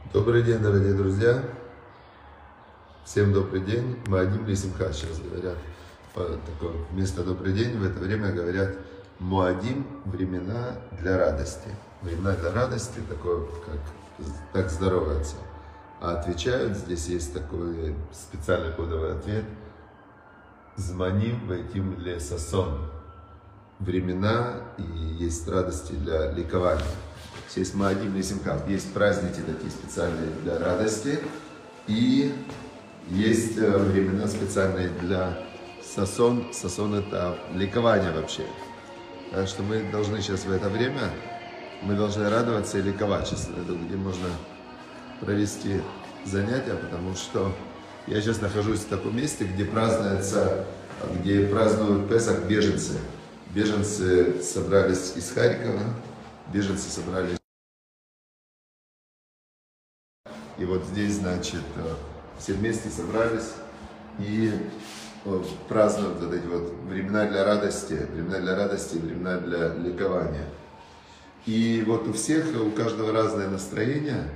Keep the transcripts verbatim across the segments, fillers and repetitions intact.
Добрый день, дорогие друзья. Всем добрый день. Моадим лесимха сейчас говорят. Такое, вместо добрый день в это время говорят Моадим — времена для радости. Времена для радости, такое, как так здороваются. А отвечают, здесь есть такой специальный кодовый ответ: Зманим вайтим лесасон. Времена и есть радости для ликования. Есть Моадим лесимха, есть праздники такие специальные для радости, и есть времена специальные для сасон. Сасон — это ликование вообще. Так что мы должны сейчас в это время, мы должны радоваться и ликовать. Сейчас это где можно провести занятия, потому что я сейчас нахожусь в таком месте, где празднуется, где празднуют Песах беженцы. Беженцы собрались из Харькова, беженцы собрались. И вот здесь, значит, все вместе собрались и празднуют вот эти вот времена для радости, времена для радости, времена для ликования. И вот у всех, у каждого разное настроение.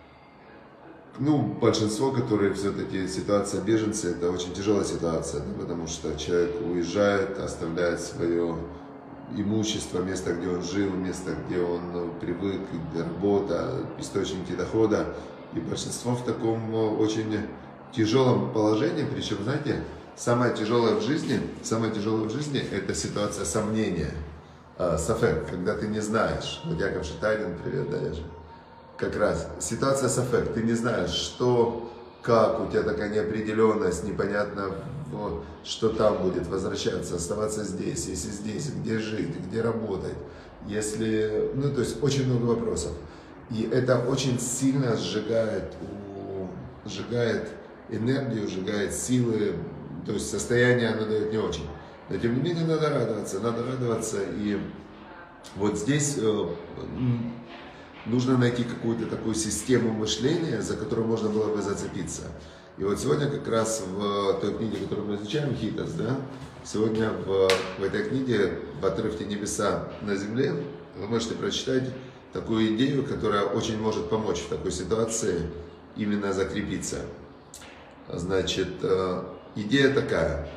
Ну, большинство, которые все-таки ситуация беженца, это очень тяжелая ситуация, да, потому что человек уезжает, оставляет свое имущество, место, где он жил, место, где он привык, где работа, источники дохода. И большинство в таком очень тяжелом положении, причем, знаете, самое тяжелое в жизни, самое тяжелое в жизни – это ситуация сомнения, сафек, когда ты не знаешь. Вот Яков Шитайдин, привет, да, я же. Как раз ситуация сафек, ты не знаешь, что, как, у тебя такая неопределенность, непонятно, вот, что там будет, возвращаться, оставаться здесь, если здесь, где жить, где работать, если, ну, то есть очень много вопросов. И это очень сильно сжигает, сжигает энергию, сжигает силы, то есть состояние оно дает не очень. Но тем не менее надо радоваться, надо радоваться, и вот здесь нужно найти какую-то такую систему мышления, за которую можно было бы зацепиться. И вот сегодня как раз в той книге, которую мы изучаем, Хитас, да, сегодня в, в этой книге, в отрывке «Небеса на земле», вы можете прочитать такую идею, которая очень может помочь в такой ситуации именно закрепиться. Значит, идея такая,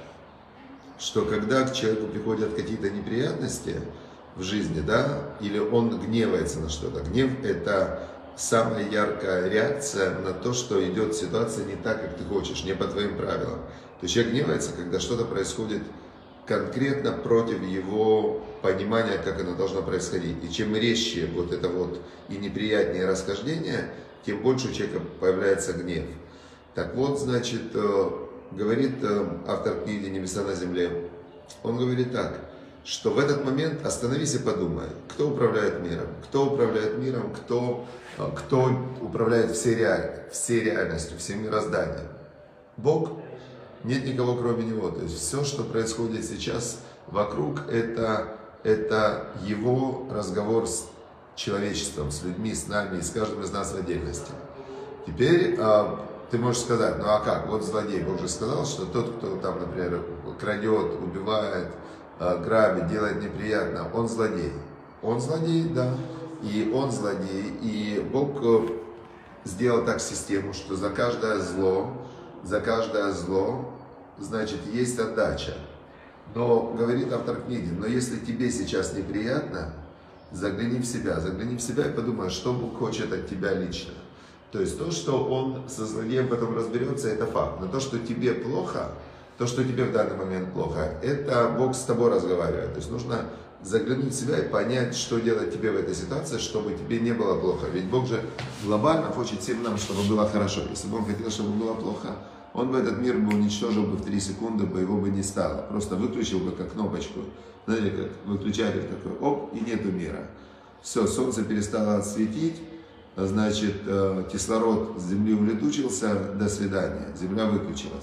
что когда к человеку приходят какие-то неприятности в жизни, да, или он гневается на что-то. Гнев – это самая яркая реакция на то, что идет ситуация не так, как ты хочешь, не по твоим правилам. То есть человек гневается, когда что-то происходит конкретно против его понимания, как оно должно происходить. И чем резче вот это вот и неприятнее расхождение, тем больше у человека появляется гнев. Так вот, значит, говорит автор книги «Небеса на земле», он говорит так, что в этот момент остановись и подумай, кто управляет миром, кто управляет миром, кто, кто управляет всей, реаль... всей реальностью, всем мирозданием. Бог? Нет никого кроме Него. То есть все, что происходит сейчас вокруг, это, это Его разговор с человечеством, с людьми, с нами, и с каждым из нас в отдельности. Теперь а, ты можешь сказать, ну а как, вот злодей, Бог же сказал, что тот, кто там, например, крадет, убивает, грабит, делает неприятно, он злодей. Он злодей, да, и он злодей, и Бог сделал так систему, что за каждое зло, за каждое зло, значит, есть отдача. Но, говорит автор книги, но если тебе сейчас неприятно, загляни в себя, загляни в себя и подумай, что Бог хочет от тебя лично. То есть то, что он со злодеем потом разберется, это факт. Но то, что тебе плохо, то, что тебе в данный момент плохо, это Бог с тобой разговаривает. То есть нужно заглянуть в себя и понять, что делать тебе в этой ситуации, чтобы тебе не было плохо. Ведь Бог же глобально хочет всем нам, чтобы было хорошо. Если бы Он хотел, чтобы было плохо, Он бы этот мир бы уничтожил бы в три секунды, бы его бы не стало. Просто выключил бы как кнопочку. Знаете, как выключатель такой, оп, и нету мира. Все, солнце перестало светить, значит, кислород с Земли улетучился, до свидания, Земля выключилась.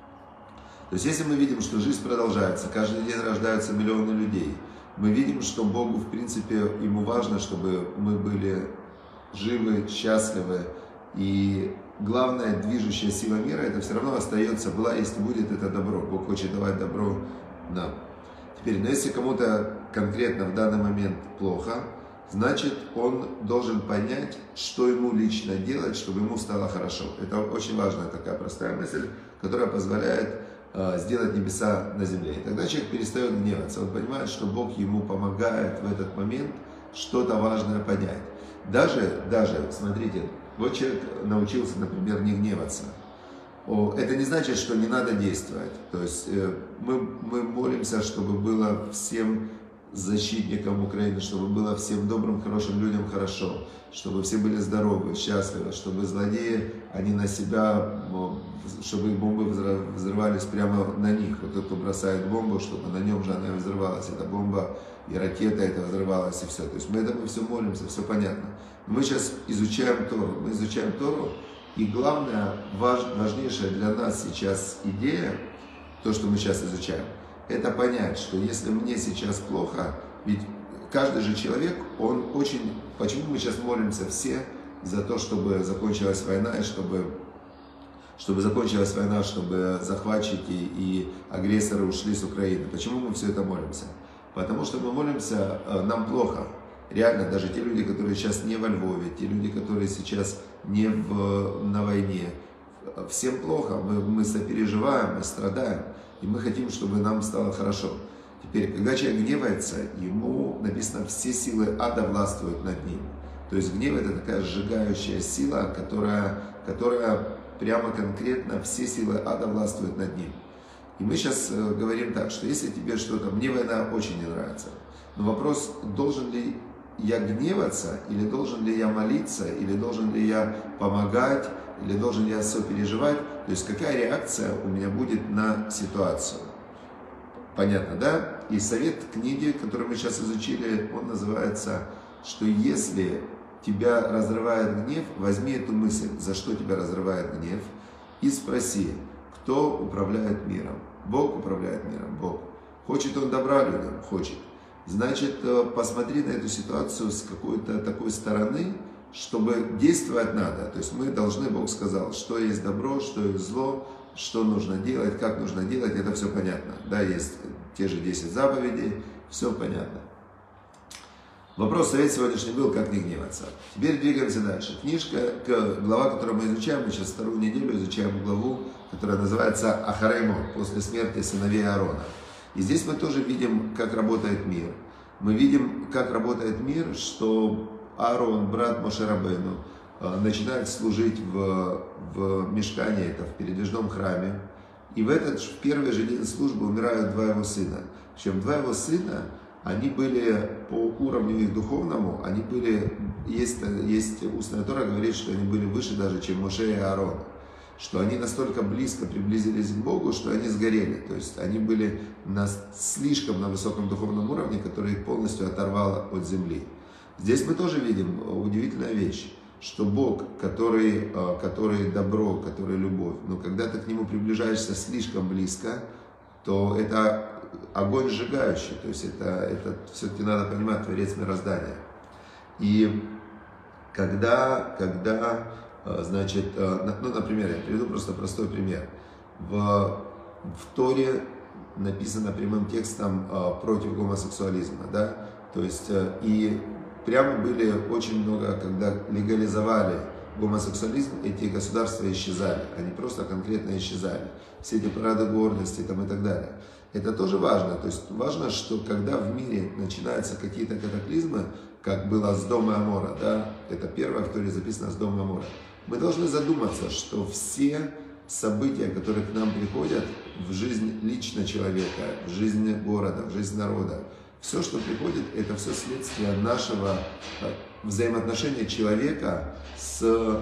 То есть, если мы видим, что жизнь продолжается, каждый день рождаются миллионы людей, мы видим, что Богу, в принципе, Ему важно, чтобы мы были живы, счастливы, и главная движущая сила мира, это все равно остается, была, если будет, это добро. Бог хочет давать добро нам. Теперь, но если кому-то конкретно в данный момент плохо, значит, он должен понять, что ему лично делать, чтобы ему стало хорошо. Это очень важная такая простая мысль, которая позволяет э, сделать небеса на земле. И тогда человек перестает гневаться. Он понимает, что Бог ему помогает в этот момент что-то важное понять. Даже, даже, смотрите, вот человек научился, например, не гневаться. Это не значит, что не надо действовать. То есть мы, мы молимся, чтобы было всем защитникам Украины, чтобы было всем добрым, хорошим людям хорошо, чтобы все были здоровы, счастливы, чтобы злодеи, они на себя, чтобы бомбы взрывались прямо на них. Вот тот, кто бросает бомбу, чтобы на нем же она взрывалась, эта бомба и ракета это взрывалась, и все. То есть мы этому все молимся, все понятно. Мы сейчас изучаем Тору, мы изучаем Тору, и главная, важ, важнейшая для нас сейчас идея, то, что мы сейчас изучаем, это понять, что если мне сейчас плохо, ведь каждый же человек, он очень... Почему мы сейчас молимся все за то, чтобы закончилась война, и чтобы, чтобы закончилась война, чтобы захватчики и агрессоры ушли с Украины? Почему мы все это молимся? Потому что мы молимся, нам плохо. Реально, даже те люди, которые сейчас не во Львове, те люди, которые сейчас не в, на войне, всем плохо, мы, мы сопереживаем, мы страдаем, и мы хотим, чтобы нам стало хорошо. Теперь, когда человек гневается, ему написано, все силы ада властвуют над ним. То есть гнев — это такая сжигающая сила, которая, которая прямо конкретно все силы ада властвуют над ним. И мы сейчас говорим так, что если тебе что-то, мне война очень не нравится, но вопрос, должен ли я гневаться, или должен ли я молиться, или должен ли я помогать, или должен ли я сопереживать, то есть какая реакция у меня будет на ситуацию. Понятно, да? И совет книги, который мы сейчас изучили, он называется, что если тебя разрывает гнев, возьми эту мысль, за что тебя разрывает гнев, и спроси, кто управляет миром. Бог управляет миром, Бог. Хочет он добра людям? Хочет. Значит, посмотри на эту ситуацию с какой-то такой стороны, чтобы действовать надо. То есть мы должны, Бог сказал, что есть добро, что есть зло, что нужно делать, как нужно делать, это все понятно. Да, есть те же десять заповедей, все понятно. Вопрос совет сегодняшний был, как не гневаться. Теперь двигаемся дальше. Книжка, глава, которую мы изучаем, мы сейчас вторую неделю изучаем главу, которая называется Ахарей Мот, после смерти сыновей Аарона. И здесь мы тоже видим, как работает мир. Мы видим, как работает мир, что Аарон, брат Моше Рабейну, начинает служить в, в мишкане, это в передвижном храме. И в этот, в первый же день службы умирают два его сына. Причем два его сына, они были по уровню их духовному, они были, есть, есть устная Тора говорит, что они были выше даже, чем Моше и Аарон. Что они настолько близко приблизились к Богу, что они сгорели. То есть они были на, слишком на высоком духовном уровне, который их полностью оторвало от земли. Здесь мы тоже видим удивительную вещь, что Бог, который, который добро, который любовь, но когда ты к Нему приближаешься слишком близко, то это огонь сжигающий. То есть это, это все-таки надо понимать, Творец мироздания. И когда... когда Значит, ну, например, я приведу просто простой пример. В, в Торе написано прямым текстом против гомосексуализма, да, то есть, и прямо были очень много, когда легализовали гомосексуализм, эти государства исчезали, они просто конкретно исчезали. Все эти парады гордости там, и так далее. Это тоже важно, то есть важно, что когда в мире начинаются какие-то катаклизмы, как было с Дома Амора, да, это первое, в Торе записано с Дома Амора, мы должны задуматься, что все события, которые к нам приходят в жизнь лично человека, в жизнь города, в жизнь народа, все, что приходит, это все следствие нашего взаимоотношения человека с,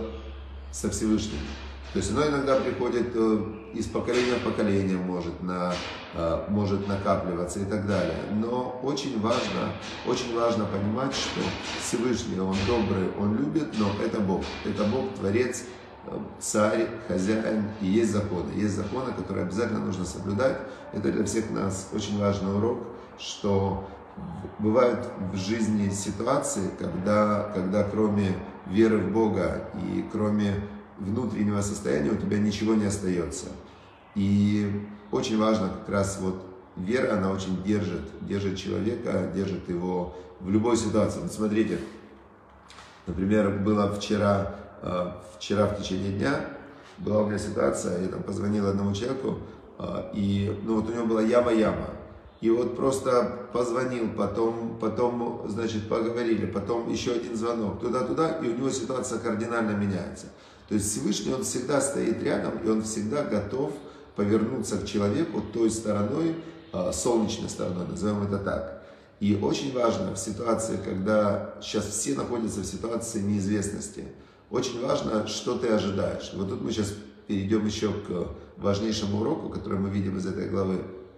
со Всевышним. То есть оно иногда приходит из поколения в поколение, может, на, может накапливаться и так далее. Но очень важно, очень важно понимать, что Всевышний, Он добрый, Он любит, но это Бог. Это Бог, Творец, Царь, Хозяин, и есть законы. Есть законы, которые обязательно нужно соблюдать. Это для всех нас очень важный урок, что бывают в жизни ситуации, когда, когда кроме веры в Бога и кроме внутреннего состояния у тебя ничего не остается. И очень важно как раз вот вера, она очень держит, держит человека, держит его в любой ситуации. Вот смотрите, например, было вчера, вчера в течение дня, была у меня ситуация, я там позвонил одному человеку, и ну, вот у него была яма-яма. И вот просто позвонил, потом, потом, значит, поговорили, потом еще один звонок, туда-туда, и у него ситуация кардинально меняется. То есть Всевышний, он всегда стоит рядом, и он всегда готов повернуться к человеку той стороной, солнечной стороной, назовем это так. И очень важно в ситуации, когда сейчас все находятся в ситуации неизвестности, очень важно, что ты ожидаешь. Вот тут мы сейчас перейдем еще к важнейшему уроку, который мы видим из этой главы.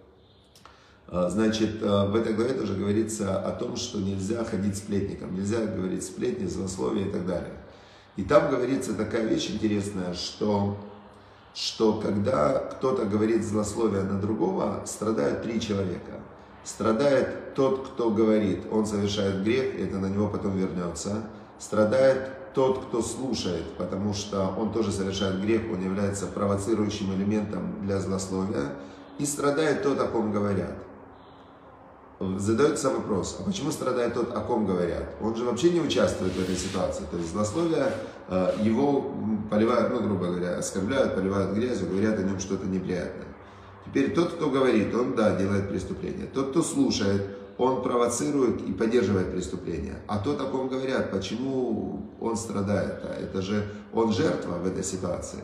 Значит, в этой главе тоже говорится о том, что нельзя ходить сплетником, нельзя говорить сплетни, злословие и так далее. И там говорится такая вещь интересная, что, что когда кто-то говорит злословие на другого, страдают три человека. Страдает тот, кто говорит, он совершает грех, и это на него потом вернется. Страдает тот, кто слушает, потому что он тоже совершает грех, он является провоцирующим элементом для злословия. И страдает тот, о ком говорят. Задается вопрос, а почему страдает тот, о ком говорят? Он же вообще не участвует в этой ситуации. То есть злословие, его поливают, ну, грубо говоря, оскорбляют, поливают грязью, говорят о нем что-то неприятное. Теперь тот, кто говорит, он, да, делает преступление. Тот, кто слушает, он провоцирует и поддерживает преступление. А тот, о ком говорят, почему он страдает? Это же он жертва в этой ситуации.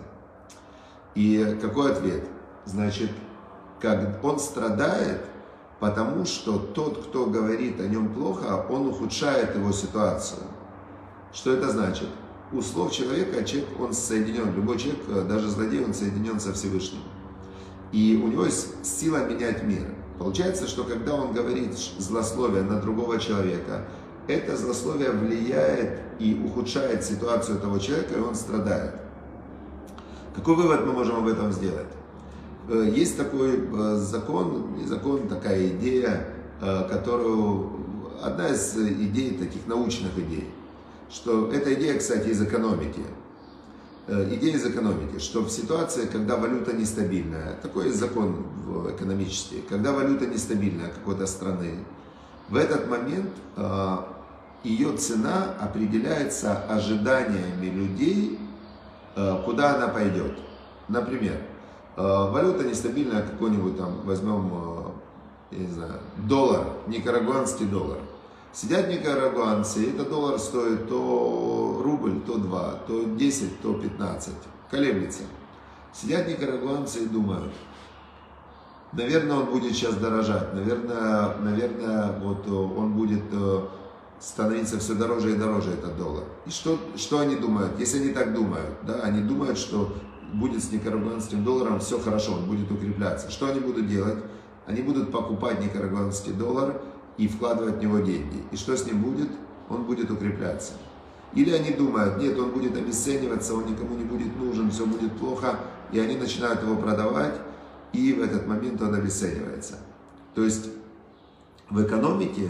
И какой ответ? Значит, как он страдает, потому что тот, кто говорит о нем плохо, он ухудшает его ситуацию. Что это значит? У слов человека человек, он соединен, любой человек, даже злодей, он соединен со Всевышним. И у него есть сила менять мир. Получается, что когда он говорит злословие на другого человека, это злословие влияет и ухудшает ситуацию этого человека, и он страдает. Какой вывод мы можем об этом сделать? Есть такой закон, не закон, такая идея, которую, одна из идей, таких научных идей, что эта идея, кстати, из экономики. Идея из экономики, что в ситуации, когда валюта нестабильная, такой есть закон экономический, когда валюта нестабильная какой-то страны, в этот момент ее цена определяется ожиданиями людей, куда она пойдет. Например, валюта нестабильная, какой-нибудь там, возьмем, я не знаю, доллар, никарагуанский доллар. Сидят никарагуанцы, и этот доллар стоит то рубль, то два, то десять, то пятнадцать, колеблется. Сидят никарагуанцы и думают, наверное, он будет сейчас дорожать, наверное, наверное, вот он будет становиться все дороже и дороже, этот доллар. И что, что они думают? Если они так думают, да, они думают, что будет с никарагуанским долларом все хорошо, он будет укрепляться. Что они будут делать? Они будут покупать никарагуанский доллар и вкладывать в него деньги. И что с ним будет? Он будет укрепляться. Или они думают, нет, он будет обесцениваться, он никому не будет нужен, все будет плохо, и они начинают его продавать, и в этот момент он обесценивается. То есть в экономике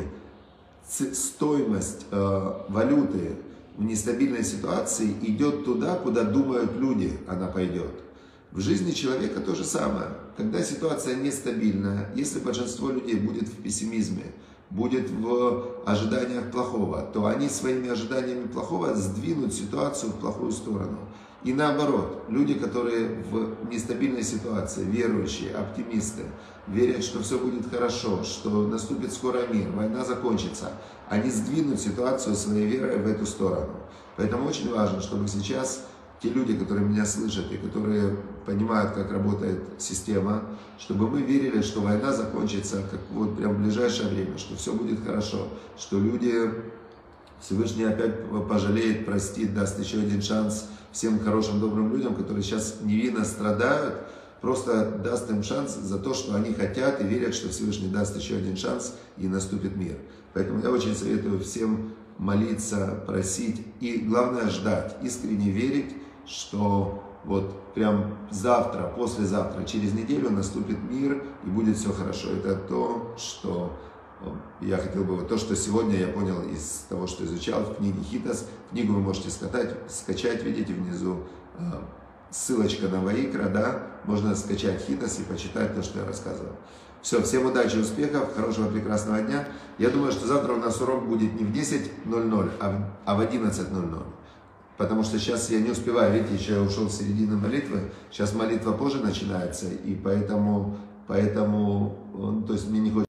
стоимость э, валюты в нестабильной ситуации идет туда, куда думают люди, она пойдет. В жизни человека то же самое. Когда ситуация нестабильная, если большинство людей будет в пессимизме, будет в ожиданиях плохого, то они своими ожиданиями плохого сдвинут ситуацию в плохую сторону. И наоборот, люди, которые в нестабильной ситуации, верующие, оптимисты, верят, что все будет хорошо, что наступит скоро мир, война закончится, они сдвинут ситуацию своей верой в эту сторону. Поэтому очень важно, чтобы сейчас те люди, которые меня слышат и которые понимают, как работает система, чтобы мы верили, что война закончится как вот прям в ближайшее время, что все будет хорошо, что люди, Всевышний опять пожалеет, простит, даст еще один шанс всем хорошим, добрым людям, которые сейчас невинно страдают, просто даст им шанс за то, что они хотят и верят, что Всевышний даст еще один шанс и наступит мир. Поэтому я очень советую всем молиться, просить и, главное, ждать, искренне верить, что вот прям завтра, послезавтра, через неделю наступит мир и будет все хорошо. Это то, что я хотел бы, вот то, что сегодня я понял из того, что изучал в книге Хитас. Книгу вы можете скачать, скачать, видите внизу ссылочка на Ваикра, да, можно скачать Хитос и почитать то, что я рассказывал. Все, всем удачи, успехов, хорошего, прекрасного дня. Я думаю, что завтра у нас урок будет не в десять ноль ноль, а в одиннадцать ноль ноль. Потому что сейчас я не успеваю, видите, еще я ушел с середины молитвы. Сейчас молитва позже начинается, и поэтому, поэтому то есть мне не хочется.